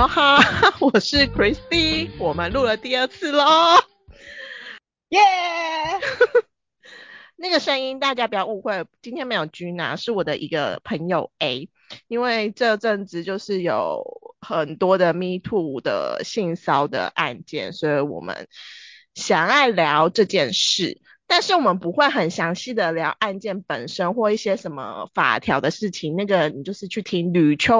Aloha，我是 Christy，我们录了第二次咯。 耶！ 那个声音大家不要误会，今天没有 Gina，是我的一个朋友 A，因为这阵子就是有很多的 Me Too 的性骚的案件，所以我们想要聊这件事。但是我们不会很详细的聊案件本身或一些什么法条的事情，那个你就是去听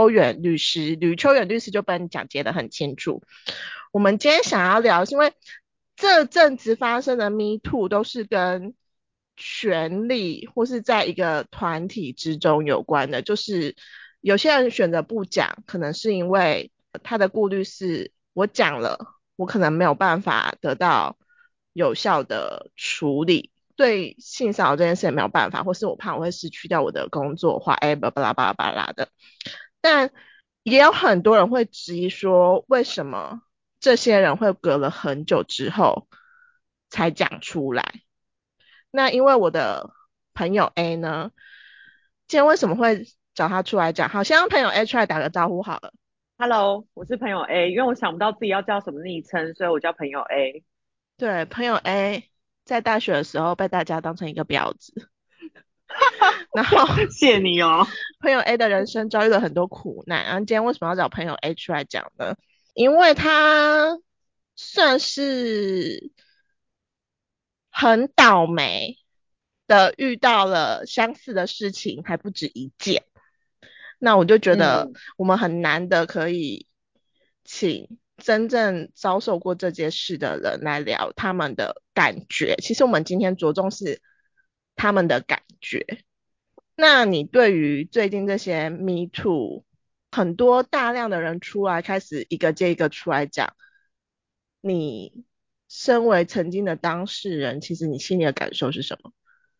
吕秋远律师就帮你讲解的很清楚。我们今天想要聊，是因为这阵子发生的 Me Too 都是跟权力或是在一个团体之中有关的，就是有些人选择不讲，可能是因为他的顾虑是我讲了，我可能没有办法得到有效的处理。对性骚扰这件事也没有办法，或是我怕我会失去掉我的工作，或巴拉巴拉巴拉的。但也有很多人会质疑说，为什么这些人会隔了很久之后才讲出来？那因为我的朋友 A 呢，今天为什么会找他出来讲？好，先让朋友 A 出来打个招呼好了。 Hello，我是朋友 A，因为我想不到自己要叫什么昵称，所以我叫朋友 A。 对，朋友 A 在大学的时候被大家当成一个婊子，然后谢你哦。 朋友 A 的人生遭遇了很多苦难。然后今天为什么要找朋友 A 出来讲呢？因为他算是很倒霉的遇到了相似的事情，还不止一件。那我就觉得嗯我们很难得可以请真正遭受过这件事的人来聊他们的感觉。其实我们今天着重是他们的感觉。那你对于最近这些 Me Too，很多大量的人出来开始一个接一个出来讲，你身为曾经的当事人，其实你心里的感受是什么？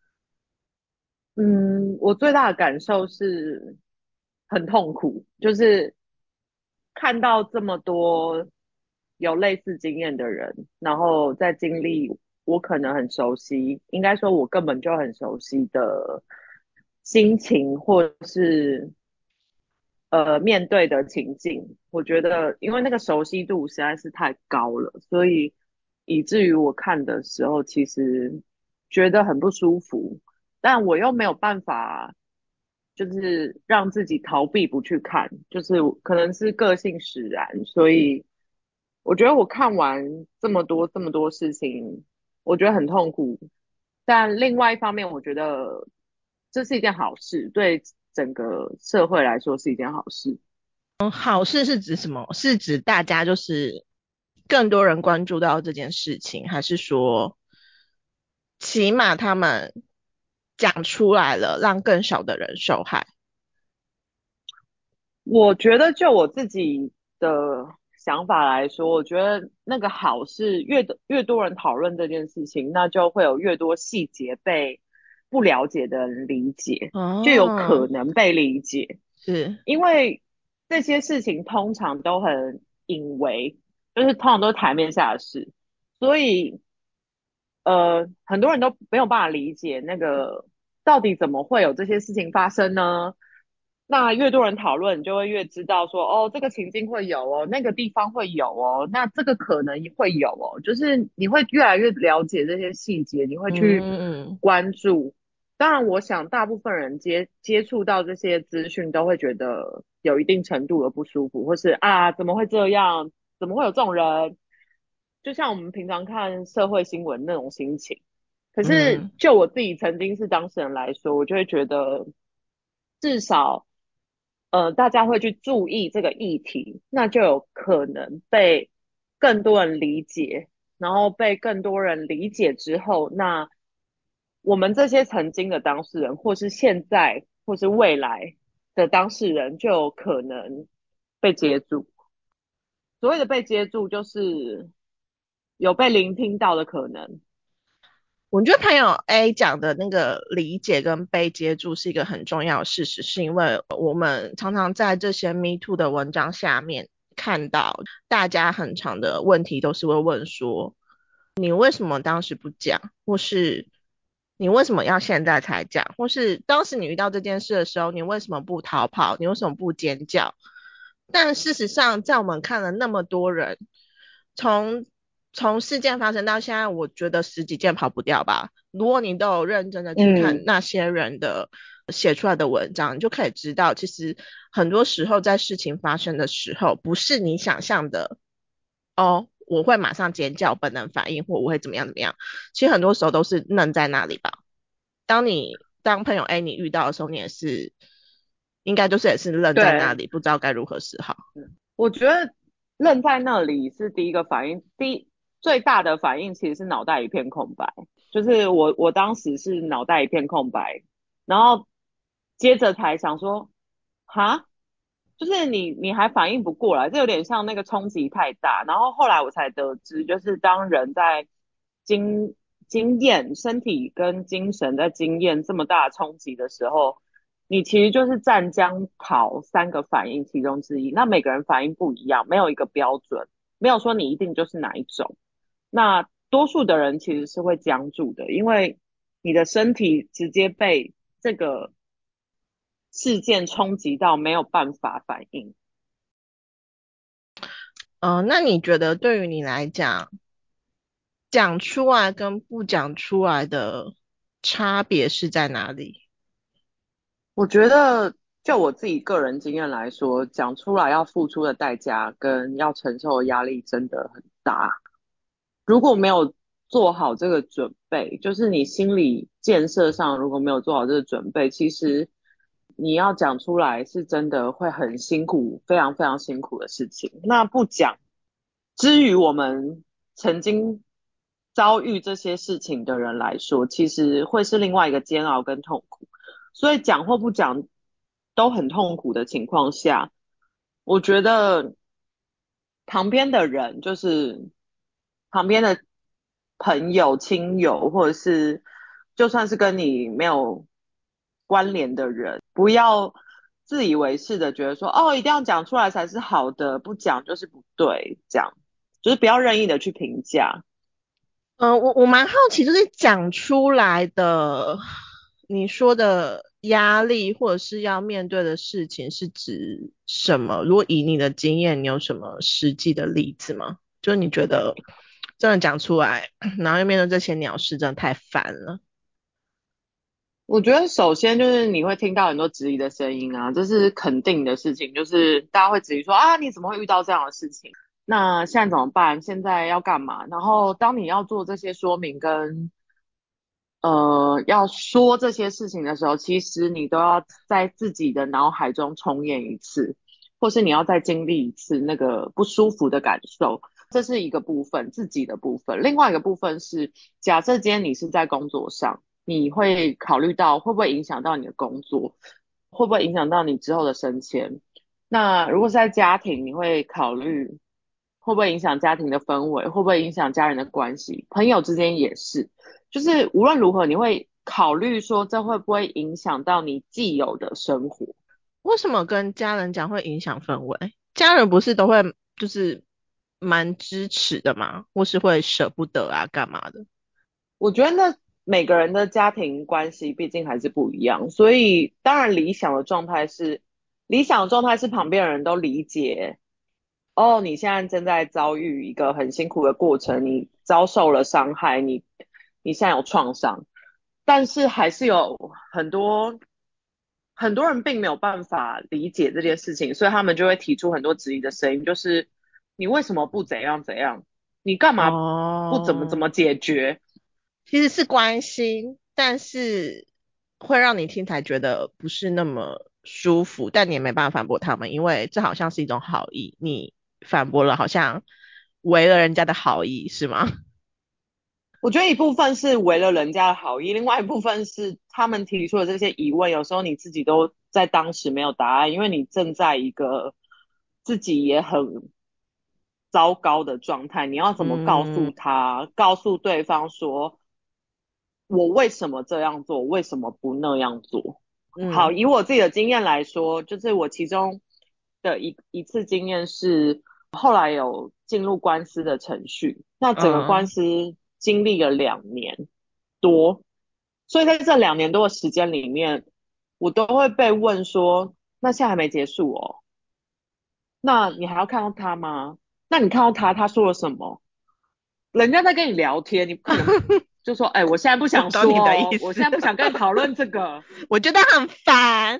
我最大的感受是很痛苦，就是看到这么多有类似经验的人，然后在经历我可能很熟悉，应该说我根本就很熟悉的心情，或是面对的情境，我觉得因为那个熟悉度实在是太高了，所以以至于我看的时候其实觉得很不舒服，但我又没有办法，就是让自己逃避不去看，就是可能是个性使然，所以我觉得我看完这么多事情，我觉得很痛苦，但另外一方面，我觉得这是一件好事，对整个社会来说是一件好事。 好事是指什么？是指大家就是更多人关注到这件事情，还是说起码他们讲出来了，让更少的人受害？ 我觉得就我自己的想法来说，我觉得那个好是越多人讨论这件事情，那就会有越多细节被不了解的人理解，就有哦， 可能被理解。 是， 因为这些事情通常都很隐微，就是通常都是台面下的事，所以很多人都没有办法理解那个到底怎么会有这些事情发生呢？那越多人讨论，你就会越知道说，哦，这个情境会有哦，那个地方会有哦，那这个可能会有哦，就是你会越来越了解这些细节，你会去嗯， 关注。当然，我想大部分人接触到这些资讯，都会觉得有一定程度的不舒服，或是啊，怎么会这样？怎么会有这种人？就像我们平常看社会新闻那种心情。可是嗯， 就我自己曾经是当事人来说，我就会觉得，至少大家会去注意这个议题，那就有可能被更多人理解，然后被更多人理解之后，那我们这些曾经的当事人，或是现在或是未来的当事人，就有可能被接住。所谓的被接住，就是有被聆听到的可能。 我觉得朋友 A 讲的那个理解跟被接住是一个很重要的事实，是因为我们常常在这些 Me Too 的文章下面看到，大家很长的问题都是会问说，你为什么当时不讲，或是你为什么要现在才讲，或是当时你遇到这件事的时候，你为什么不逃跑，你为什么不尖叫？ 但事实上，在我们看了那么多人，从从事件发生到现在，我觉得十几件跑不掉吧。如果你都有认真的去看嗯， 那些人的写出来的文章，你就可以知道，其实很多时候在事情发生的时候，不是你想象的哦，我会马上尖叫、本能反应，或我会怎么样怎么样。其实很多时候都是愣在那里吧。当朋友 A 你遇到的时候，你也是应该就是也是愣在那对， 里，不知道该如何是好。 我觉得愣在那里是第一个反应，最大的反应其实是脑袋一片空白，就是我当时是脑袋一片空白，然后接着才想说，哈，就是你还反应不过来，这有点像那个冲击太大。然后后来我才得知，就是当人在经经验身体跟精神在经验这么大的冲击的时候，你其实就是湛江跑三个反应其中之一。那每个人反应不一样，没有一个标准，没有说你一定就是哪一种。那多数的人其实是会僵住的，因为你的身体直接被这个事件冲击到，没有办法反应。 那你觉得对于你来讲，讲出来跟不讲出来的差别是在哪里？ 我觉得，就我自己个人经验来说，讲出来要付出的代价跟要承受的压力真的很大。如果没有做好这个准备，就是你心理建设上如果没有做好这个准备，其实你要讲出来是真的会很辛苦，非常非常辛苦的事情。那不讲，至于我们曾经遭遇这些事情的人来说，其实会是另外一个煎熬跟痛苦。所以讲或不讲都很痛苦的情况下，我觉得旁边的人，就是旁边的朋友、亲友，或者是就算是跟你没有关联的人，不要自以为是的觉得说，哦，一定要讲出来才是好的，不讲就是不对，这样就是不要任意的去评价。 我蛮好奇，就是讲出来的，你说的压力或者是要面对的事情是指什么？如果以你的经验，你有什么实际的例子吗？就是你觉得真的讲出来，然后又面对这些鸟事，真的太烦了。 我觉得首先就是你会听到很多质疑的声音啊，这是肯定的事情，就是大家会质疑说啊，你怎么会遇到这样的事情？那现在怎么办？现在要干嘛？然后当你要做这些说明跟要说这些事情的时候，其实你都要在自己的脑海中重演一次，或是你要再经历一次那个不舒服的感受。这是一个部分，自己的部分。另外一个部分是，假设今天你是在工作上，你会考虑到会不会影响到你的工作，会不会影响到你之后的升迁？那如果是在家庭，你会考虑会不会影响家庭的氛围，会不会影响家人的关系？朋友之间也是。就是无论如何，你会考虑说这会不会影响到你既有的生活？ 为什么跟家人讲会影响氛围？家人不是都会就是蛮支持的吗？或是会舍不得啊，干嘛的？ 我觉得那每个人的家庭关系毕竟还是不一样，所以当然理想的状态是旁边的人都理解。哦，你现在正在遭遇一个很辛苦的过程，你遭受了伤害，你现在有创伤，但是还是有很多人并没有办法理解这件事情，所以他们就会提出很多质疑的声音，就是你为什么不怎样怎样？你干嘛不怎哦， 么解决？ 其实是关心，但是会让你听起来觉得不是那么舒服，但你也没办法反驳他们，因为这好像是一种好意，你反驳了，好像违了人家的好意，是吗？ 我觉得一部分是为了人家的好意，另外一部分是他们提出的这些疑问，有时候你自己都在当时没有答案，因为你正在一个自己也很糟糕的状态，你要怎么告嗯诉他，告诉对方说，我为什么这样做，为什么不那样做？好， 嗯以我自己的经验来说，就是我其中的一次经验是，后来有进入官司的程序，那整个官嗯， 司经历了2年多，所以在这2年多的时间里面，我都会被问说，那现在还没结束哦， 那你还要看到他吗？那你看到他，他说了什么？人家在跟你聊天，你不可能就说，哎、我现在不想我懂你的意说哦，我现思， 在不想跟你讨论这个。 我觉得很烦。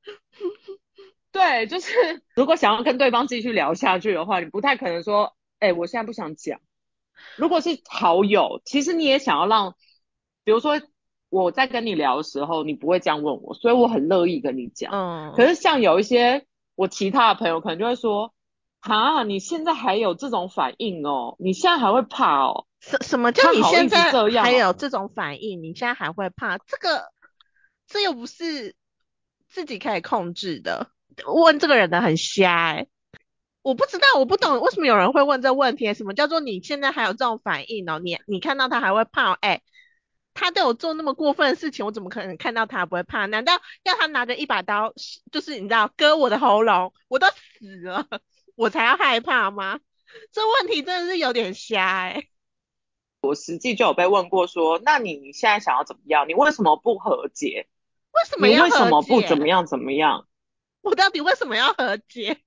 对，就是如果想要跟对方继续聊下去的话，你不太可能说，哎、我现在不想讲。如果是好友，其实你也想要让，比如说我在跟你聊的时候，你不会这样问我，所以我很乐意跟你讲。可嗯， 是像有一些我其他的朋友，可能就会说，哈，你现在还有这种反应哦？你现在还会怕哦？ 什么叫你他好意思现在这样哦？ 还有这种反应？你现在还会怕？这又不是自己可以控制的。问这个人的很瞎我不知道，我不懂为什么有人会问这问题。什么叫做你现在还有这种反应哦？你看到他还会怕？他都有做那么过分的事情，我怎么可能看到他不会怕？难道要他拿着一把刀，就是你知道割我的喉咙，我都死了，我才要害怕吗？这问题真的是有点瞎我实际就有被问过说，那你现在想要怎么样？你为什么不和解？ 为什么你为什要和么不怎么解？ 样怎么样？ 我到底为什么要和解？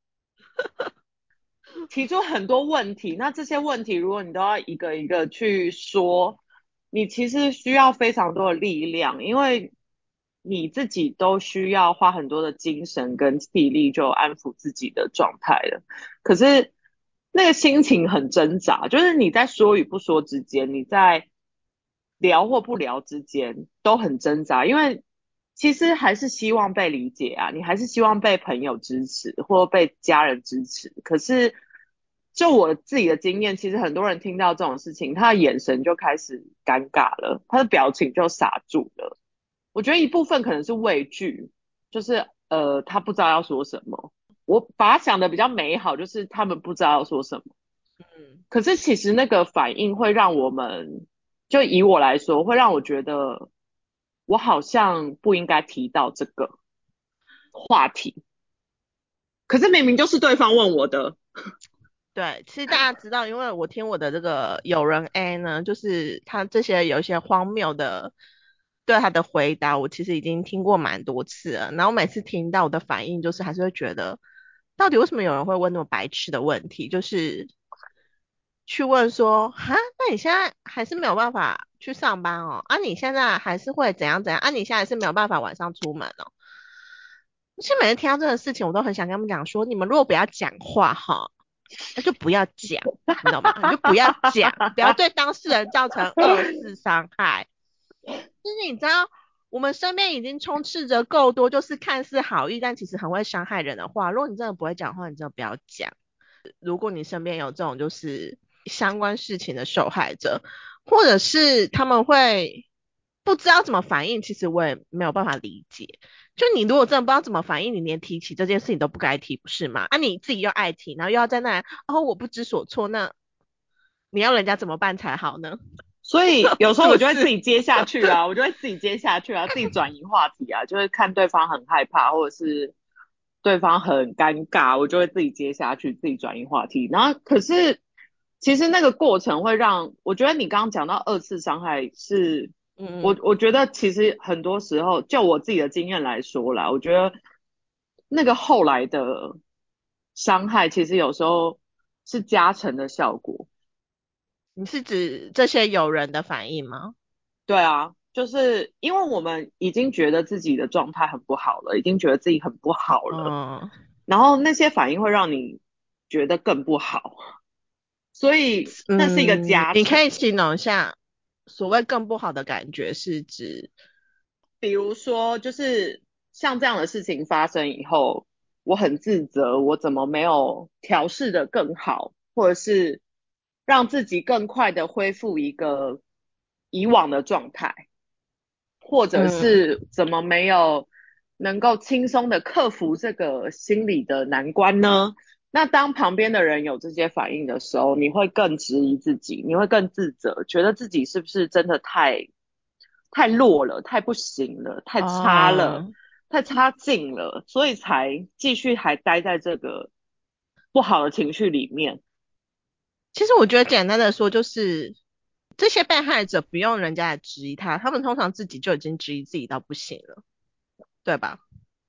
提出很多问题，那这些问题如果你都要一个一个去说，你其实需要非常多的力量，因为你自己都需要花很多的精神跟体力就安抚自己的状态了。可是那个心情很挣扎，就是你在说与不说之间，你在聊或不聊之间都很挣扎，因为其实还是希望被理解啊，你还是希望被朋友支持或被家人支持。可是就我自己的经验，其实很多人听到这种事情，他的眼神就开始尴尬了，他的表情就傻住了。我觉得一部分可能是畏惧，就是他不知道要说什么。我把它想的比较美好，就是他们不知道要说什么。 嗯可是其实那个反应会让我们，就以我来说，会让我觉得我好像不应该提到这个话题。可是明明就是对方问我的。 对，其实大家知道，因为我听我的这个友人 A 呢，就是他这些有一些荒谬的对他的回答，我其实已经听过蛮多次了。然后每次听到我的反应，就是还是会觉得，到底为什么有人会问那么白痴的问题？就是去问说，哈，那你现在还是没有办法去上班哦？啊，你现在还是会怎样怎样？啊，你现在是没有办法晚上出门哦？其实每次听到这个事情，我都很想跟他们讲说，你们如果不要讲话哈。那就不要讲，你懂吗？你就不要讲，不要对当事人造成二次伤害。就是你知道，我们身边已经充斥着够多，就是看似好意，但其实很会伤害人的话。如果你真的不会讲话，你真的不要讲。如果你身边有这种就是相关事情的受害者，或者是他们会不知道怎么反应，其实我也没有办法理解。就你如果真的不知道怎么反应，你连提起这件事情都不该提，不是吗？啊，你自己又爱提，然后又要在那哦，我不知所措，那你要人家怎么办才好呢？ 所以有时候我就会自是不是？ 己接下去啊，我就会自己接下去啊，自己转移话题啊，就是看对方很害怕，或者是对方很尴尬，我就会自己接下去，自己转移话题。然后可是其实那个过程会让我觉得你刚刚讲到二次伤害是，我嗯， 我觉得其实很多时候就我自己的经验来说啦，我觉得那个后来的伤害其实有时候是加成的效果。 你是指这些友人的反应吗？ 对啊，就是因为我们已经觉得自己的状态很不好了，已经觉得自己很不好了， 嗯然后那些反应会让你觉得更不好，所以那是一个嗯， 加成。 你可以形容一下所谓更不好的感觉是指， 比如说，就是像这样的事情发生以后，我很自责，我怎么没有调试的更好，或者是让自己更快的恢复一个以往的状态。或者嗯是怎么没有能够轻松的克服这个心理的难关呢？那当旁边的人有这些反应的时候，你会更质疑自己，你会更自责，觉得自己是不是真的太弱了，太不行了，太差了， 哦， 太差劲了，所以才继续还待在这个不好的情绪里面。 其实我觉得简单的说就是这些被害者不用人家来质疑他，他们通常自己就已经质疑自己到不行了，对吧？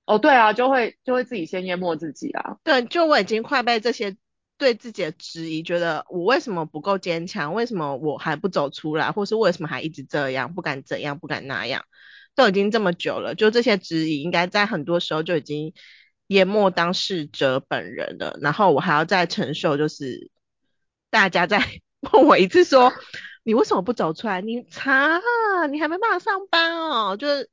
哦，对啊，就会自己先淹没自己啊。 对，就我已经快被这些对自己的质疑，觉得我为什么不够坚强，为什么我还不走出来，或是为什么还一直这样，不敢怎样，不敢那样，都已经这么久了，就这些质疑应该在很多时候就已经淹没当事者本人了，然后我还要再承受，就是大家再问我一次说，你为什么不走出来？你查啊，你还没办法上班哦，就是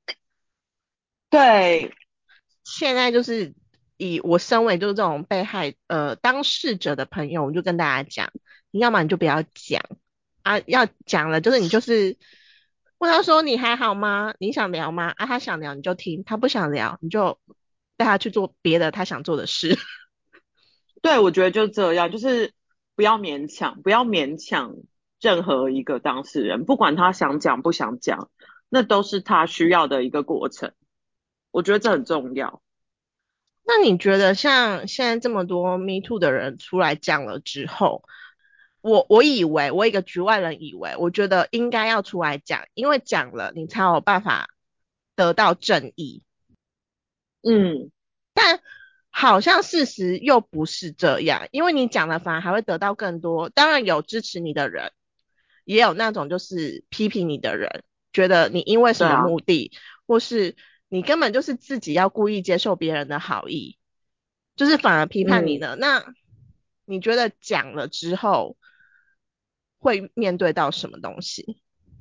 对， 现在就是以我身为就是这种被害当事者的朋友，我就跟大家讲，你要么你就不要讲啊，要讲了就是你就是问他说你还好吗？你想聊吗？啊，他想聊你就听，他不想聊你就带他去做别的他想做的事。 对，我觉得就这样，就是不要勉强，不要勉强任何一个当事人，不管他想讲不想讲，那都是他需要的一个过程。我觉得这很重要。 那你觉得像现在这么多 Me Too 的人出来讲了之后，我以为我一个局外人以为，我觉得应该要出来讲，因为讲了你才有办法得到正义。 嗯但好像事实又不是这样，因为你讲了反而还会得到更多。当然有支持你的人，也有那种就是批评你的人，觉得你因为什么对啊， 目的，或是你根本就是自己要故意接受别人的好意，就是反而批判你嗯， 的。那你觉得讲了之后会面对到什么东西？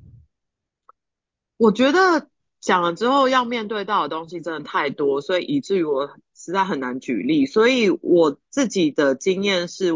我觉得讲了之后要面对到的东西真的太多，所以以至于我实在很难举例。所以我自己的经验是，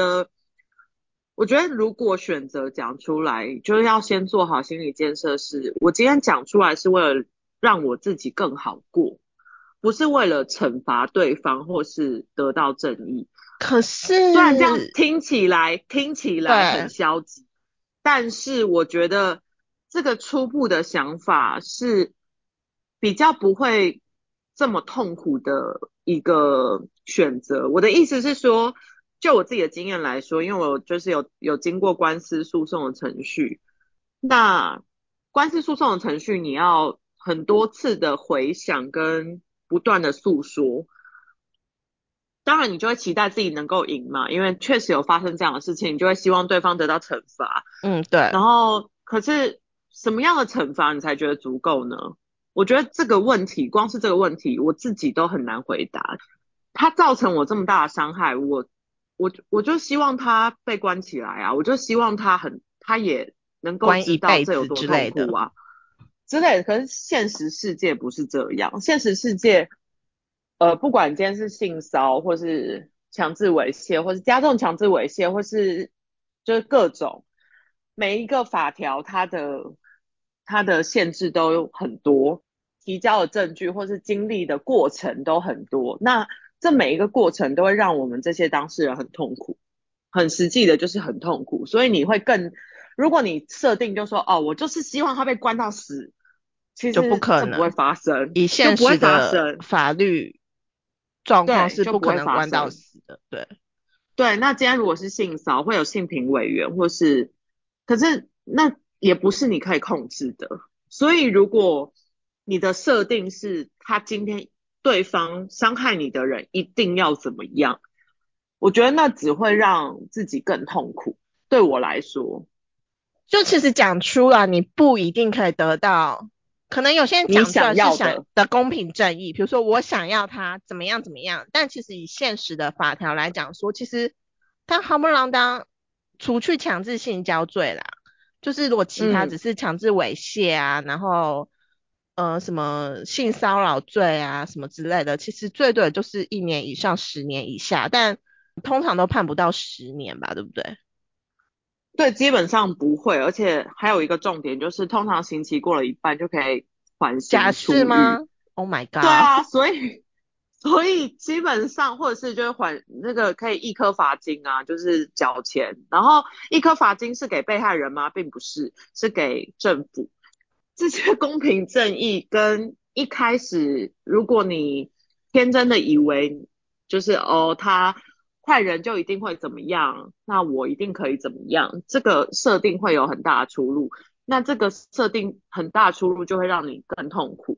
我觉得如果选择讲出来，就是要先做好心理建设是，我今天讲出来是为了让我自己更好过，不是为了惩罚对方或是得到正义。 可虽然这样是， 听起来很对， 消极，但是我觉得这个初步的想法是比较不会这么痛苦的一个选择。我的意思是说，就我自己的经验来说，因为我就是有经过官司诉讼的程序，那官司诉讼的程序你要很多次的回想跟不断的诉说。当然，你就会期待自己能够赢嘛，因为确实有发生这样的事情，你就会希望对方得到惩罚。 嗯，对。 然后，可是什么样的惩罚你才觉得足够呢？我觉得这个问题，光是这个问题，我自己都很难回答。他造成我这么大的伤害，我就希望他被关起来啊，我就希望他也能够关一知道辈子这有多之类的。 痛苦啊。之类的。可是现实世界不是这样，现实世界，不管今天是性骚或是强制猥亵，或是加重强制猥亵，或是就是各种每一个法条它的限制都有很多，提交的证据或是经历的过程都很多。那这每一个过程都会让我们这些当事人很痛苦，很实际的就是很痛苦，所以你会更如果你设定就说哦，我就是希望他被关到死，其就不实可能。 这不会发生， 以现就不会实的发生， 法律状况对， 是不就不会可能关到发生。 死的。对， 对，那今天如果是性骚会有性平委员，或是，可是那也不是你可以控制的。所以如果你的设定是他今天对方伤害你的人一定要怎么样，我觉得那只会让自己更痛苦。对我来说， 就其实讲出来，你不一定可以得到，可能有些人你讲出来是想要的， 想的公平正义，比如说我想要他怎么样怎么样，但其实以现实的法条来讲说，其实他好不容易当除去强制性交罪啦，就是如果其他只嗯， 是强制猥亵啊，然后什么性骚扰罪啊什么之类的，其实最多也就是1年以上10年以下，但通常都判不到10年吧，对不对？ 对，基本上不会，而且还有一个重点就是，通常刑期过了一半就可以缓假刑出狱。 释吗？Oh my 对 god！ 啊，所以基本上或者是就是还那个可以一颗罚金啊，就是缴钱，然后一颗罚金是给被害人吗？并不是，是给政府。这些公平正义跟一开始如果你天真的以为就是哦他坏人就一定会怎么样，那我一定可以怎么样，这个设定会有很大的出入。那这个设定很大的出入就会让你更痛苦。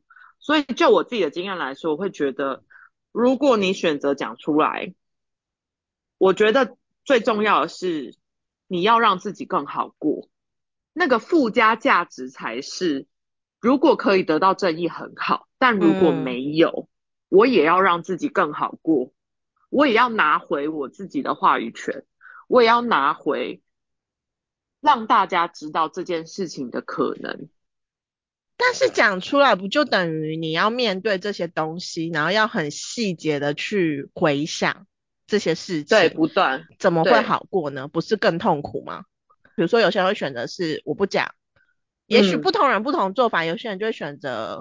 所以就我自己的经验来说，我会觉得，如果你选择讲出来，我觉得最重要的是你要让自己更好过，那个附加价值才是，如果可以得到正义很好，但如果嗯， 没有，我也要让自己更好过，我也要拿回我自己的话语权，我也要拿回让大家知道这件事情的可能。 但是讲出来不就等于你要面对这些东西，然后要很细节的去回想这些事对， 情， 不断， 怎么会对， 好过呢？不是更痛苦吗？比如说有些人会选择是我不讲，也许嗯， 不同人不同做法，有些人就会选择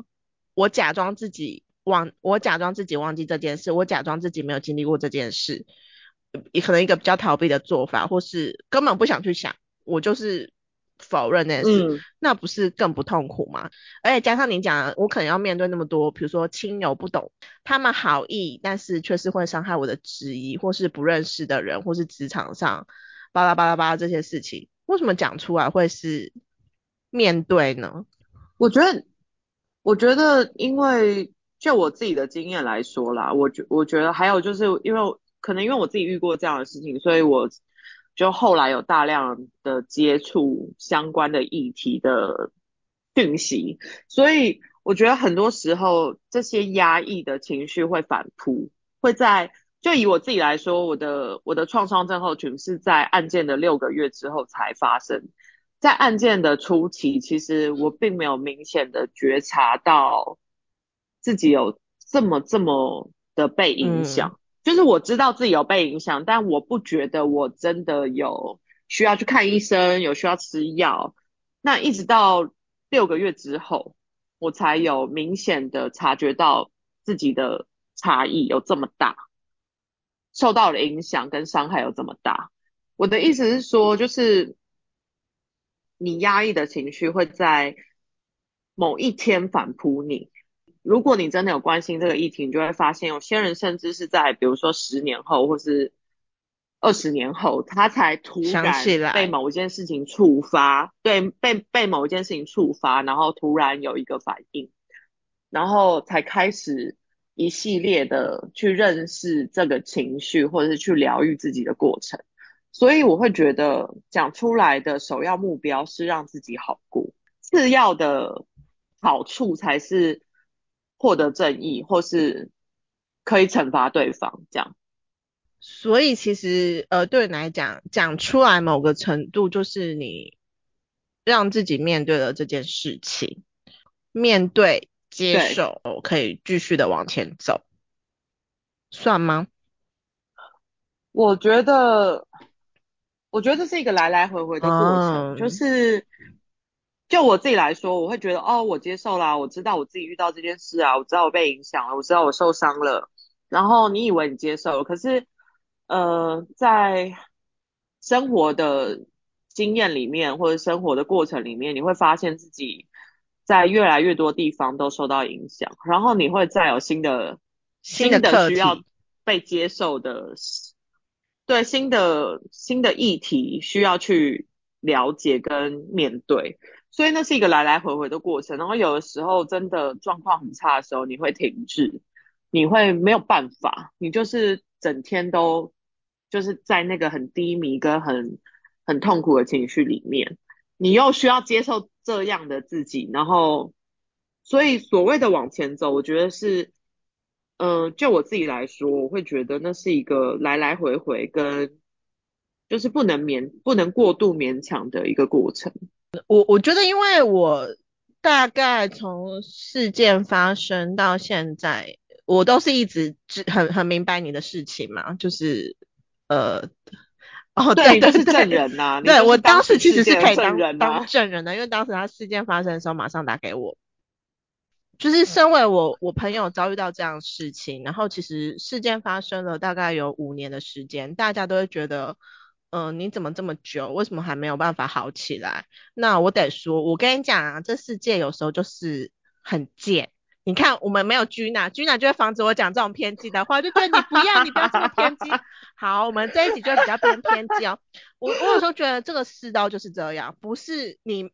我假装自己忘记这件事，我假装自己没有经历过这件事，也可能一个比较逃避的做法，或是根本不想去想，我就是否认那件事， 嗯， 那不是更不痛苦吗？而且加上你讲的，我可能要面对那么多，比如说亲友不懂，他们好意，但是却是会伤害我的质疑，或是不认识的人，或是职场上巴拉巴拉巴拉这些事情，为什么讲出来会是面对呢？ 我觉得，我觉得，因为就我自己的经验来说啦，我觉得还有就是因为可能因为我自己遇过这样的事情，所以我就后来有大量的接触相关的议题的讯息，所以我觉得很多时候这些压抑的情绪会反扑，会在就以我自己来说，我的创伤症候群是在案件的6个月之后才发生。在案件的初期，其实我并没有明显的觉察到自己有这么的被影嗯， 响。就是我知道自己有被影响，但我不觉得我真的有需要去看医生，有需要吃药。那一直到6个月之后，我才有明显的察觉到自己的差异有这么大，受到的影响跟伤害有这么大。我的意思是说，就是你压抑的情绪会在某一天反扑你。如果你真的有关心这个议题，你就会发现有些人甚至是在比如说10年后或是20年后，他才突想起然被来， 某一件事情触发，对，被某一件事情触发，然后突然有一个反应，然后才开始一系列的去认识这个情绪，或者是去疗愈自己的过程。所以我会觉得讲出来的首要目标是让自己好过，次要的好处才是获得正义，或是可以惩罚对方这样。 所以其实对你来讲，讲出来某个程度就是你让自己面对了这件事情，面对接对， 受，可以继续的往前走，算吗？ 我觉得，我觉得这是一个来来回回的过程，就嗯， 是就我自己来说，我会觉得哦，我接受啦，我知道我自己遇到这件事啊，我知道我被影响了，我知道我受伤了。然后你以为你接受了，可是在生活的经验里面或者生活的过程里面，你会发现自己在越来越多地方都受到影响，然后你会再有新的新的需要课题， 被接受的，对，新的议题需要去了解跟面对。所以那是一个来来回回的过程。然后有的时候真的状况很差的时候，你会停滞，你会没有办法，你就是整天都就是在那个很低迷跟很痛苦的情绪里面，你又需要接受这样的自己，然后所以所谓的往前走，我觉得是。就我自己来说，我会觉得那是一个来来回回跟就是不能过度勉强的一个过程。 我觉得，因为我大概从事件发生到现在，我都是一直很明白你的事情嘛，就是呃，哦， 对， 对对你就是证对， 人呐、你对我就是当时当时其实是事件的可以当证人呐、 证人的，因为当时他事件发生的时候马上打给我，就是身为我朋友遭遇到这样的事情，然后其实事件发生了大概有5年的时间，大家都会觉得，你怎么这么久，为什么还没有办法好起来？那我得说，我跟你讲啊，这世界有时候就是很贱。你看，我们没有Gina 就会防止我讲这种偏激的话，就觉得你不要这么偏激。好，我们这一集就会比较偏激哦。我有时候觉得这个世道就是这样，不是你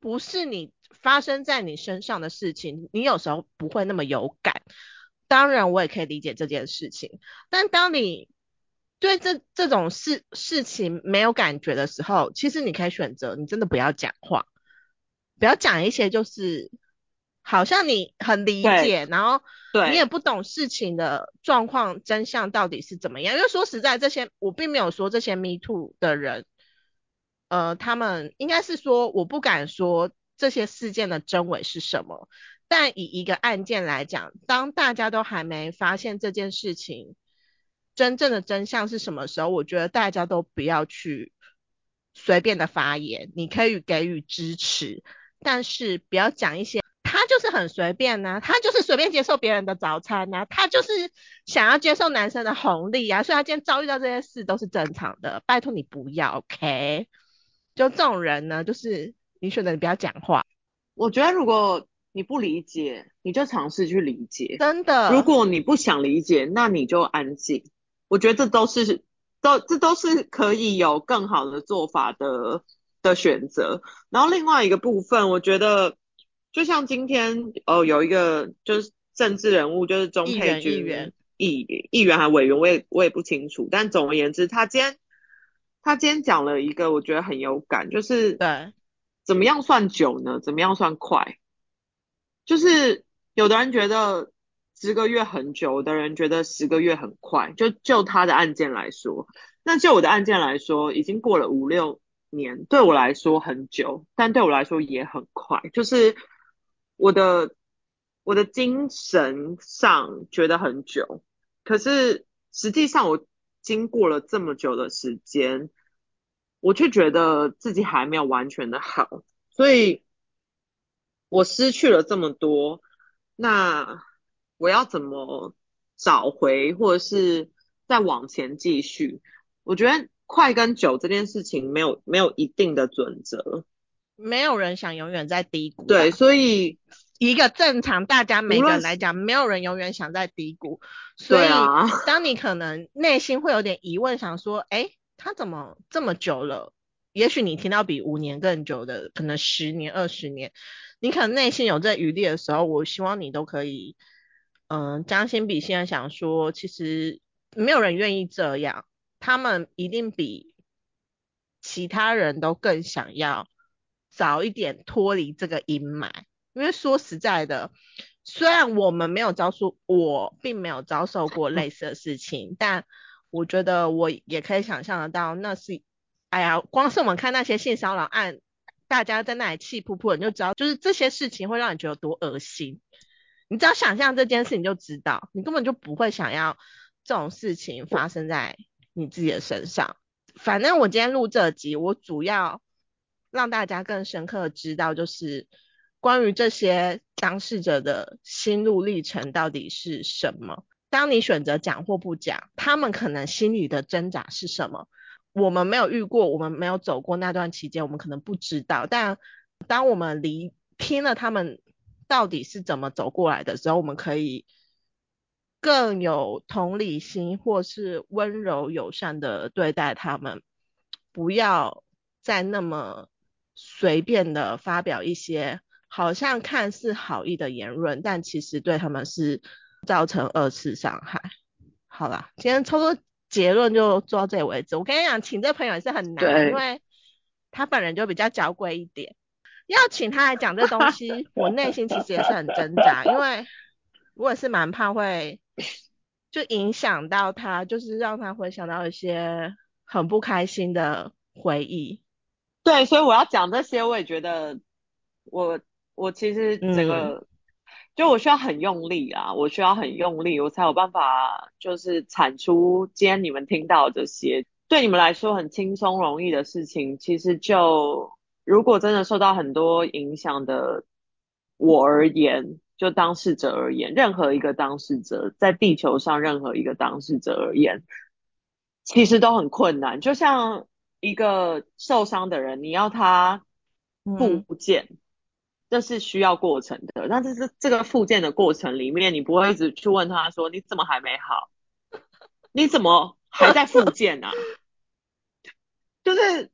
不是你发生在你身上的事情，你有时候不会那么有感。当然，我也可以理解这件事情，但当你对这种事情没有感觉的时候，其实你可以选择，你真的不要讲话，不要讲一些就是好像你很理对解，然后你也对不懂事情的状况真相到底是怎么样。因为说实在，这些我并没有说这些 Me Too 的人。他们应该是说，我不敢说这些事件的真伪是什么，但以一个案件来讲，当大家都还没发现这件事情真正的真相是什么时候，我觉得大家都不要去随便的发言，你可以给予支持，但是不要讲一些。他就是很随便呐、他就是随便接受别人的早餐呐、他就是想要接受男生的红利啊，所以他今天遭遇到这些事都是正常的。拜托你不要，OK？就这种人呢，就是你选择你不要讲话， 我觉得如果你不理解，你就尝试去理解； 真的。 如果你不想理解，那你就安静。我觉得这都是可以有更好的做法的选择。然后另外一个部分，我觉得就像今天有一个就是政治人物，就是钟佩议员，议员， 君议员还委员，我也不清楚。但总而言之，他今天讲了一个我觉得很有感，就是对， 怎么样算久呢？怎么样算快？就是有的人觉得10个月很久，有的人觉得10个月很快。就他的案件来说，那就我的案件来说，已经过了5、6年，对我来说很久，但对我来说也很快。就是我的我的精神上觉得很久，可是实际上我经过了这么久的时间，我却觉得自己还没有完全的好，所以我失去了这么多，那我要怎么找回，或者是再往前继续？我觉得快跟久这件事情没有一定的准则， 没有人想永远在低谷对， 啦。 所以一个正常大家每个无论是人来讲，没有人永远想在低谷，所以对啊， 当你可能内心会有点疑问，想说，哎，他怎么这么久了？也许你听到比5年更久的，可能10年、20年，你可能内心有这余力的时候，我希望你都可以，将心比心的想说，其实没有人愿意这样，他们一定比其他人都更想要早一点脱离这个阴霾。因为说实在的，虽然我并没有遭受过类似的事情，但我觉得我也可以想象得到，那是，哎呀，光是我们看那些性骚扰案，大家在那里气噗噗，你就知道，就是这些事情会让你觉得有多恶心。你只要想象这件事，你就知道，你根本就不会想要这种事情发生在你自己的身上。反正我今天录这集，我主要让大家更深刻的知道，就是关于这些当事者的心路历程到底是什么。当你选择讲或不讲，他们可能心里的挣扎是什么？我们没有遇过，我们没有走过那段期间，我们可能不知道。但当我们听了他们到底是怎么走过来的时候，我们可以更有同理心，或是温柔友善的对待他们，不要再那么随便的发表一些好像看似好意的言论，但其实对他们是造成2次伤害。好啦，今天差不多结论就做到这里为止。我跟你讲，请这朋友也是很难，因对， 为他本人就比较娇贵一点。要请他来讲这东西，我内心其实也是很挣扎，因为我也是蛮怕会就影响到他，就是让他回想到一些很不开心的回忆。 对，所以我要讲这些，我也觉得我我其实整嗯， 个就我需要很用力啊，我需要很用力，我才有办法就是产出今天你们听到的这些对你们来说很轻松容易的事情，其实就如果真的受到很多影响的我而言，就当事者而言，任何一个当事者在地球上任何一个当事者而言，其实都很困难。就像一个受伤的人，你要他复嗯， 健，这是需要过程的。那这个复健的过程里面，你不会一直去问他说你怎么还没好，你怎么还在复健啊？就是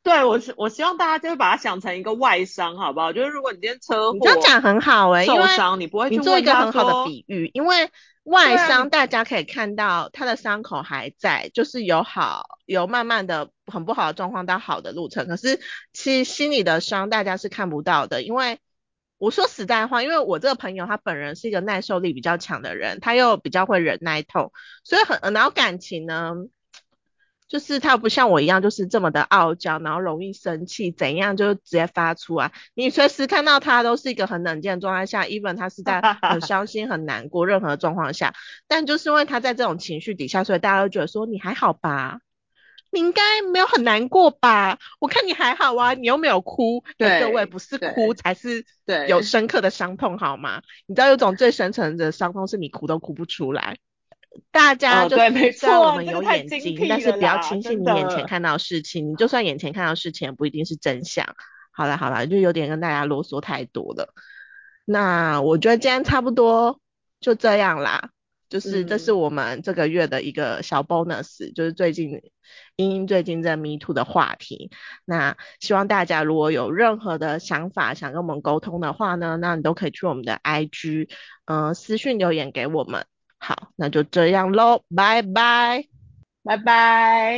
对，我希望大家就是把它想成一个外伤，好不好？就是如果你今天车祸你这样讲很好因为受伤，你不会你做一去问他个很好的说， 比喻，因为外对啊， 伤大家可以看到他的伤口还在，就是有慢慢的很不好的状况到好的路程，可是其实心里的伤大家是看不到的，因为我说实在话，因为我这个朋友他本人是一个耐受力比较强的人，他又比较会忍耐痛，所以然后感情呢。就是他不像我一样，就是这么的傲娇，然后容易生气，怎样就直接发出来。你随时看到他都是一个很冷静的状态下，even 他是哈在哈哈， 很伤心、很难过任何状况下，但就是因为他在这种情绪底下，所以大家都觉得说你还好吧？你应该没有很难过吧？我看你还好啊，你又没有哭。哎，各位对不是哭对才是有对， 深刻的伤痛好吗？你知道有种最深层的伤痛是你哭都哭不出来。大家就对， 是没错，这个虽然我们有太精眼睛，但辟了啦， 是不要轻信你眼前真的。 看到的事情。你就算眼前看到的事情，也不一定是真相。好了好了，就有点跟大家啰嗦太多了。那我觉得今天差不多就这样啦。就是这是嗯， 我们这个月的一个小 bonus，就是最近这 Me Too 的话题。那希望大家如果有任何的想法想跟我们沟通的话呢，那你都可以去我们的 IG，私讯留言给我们。好，那就这样喽，拜拜。 拜拜。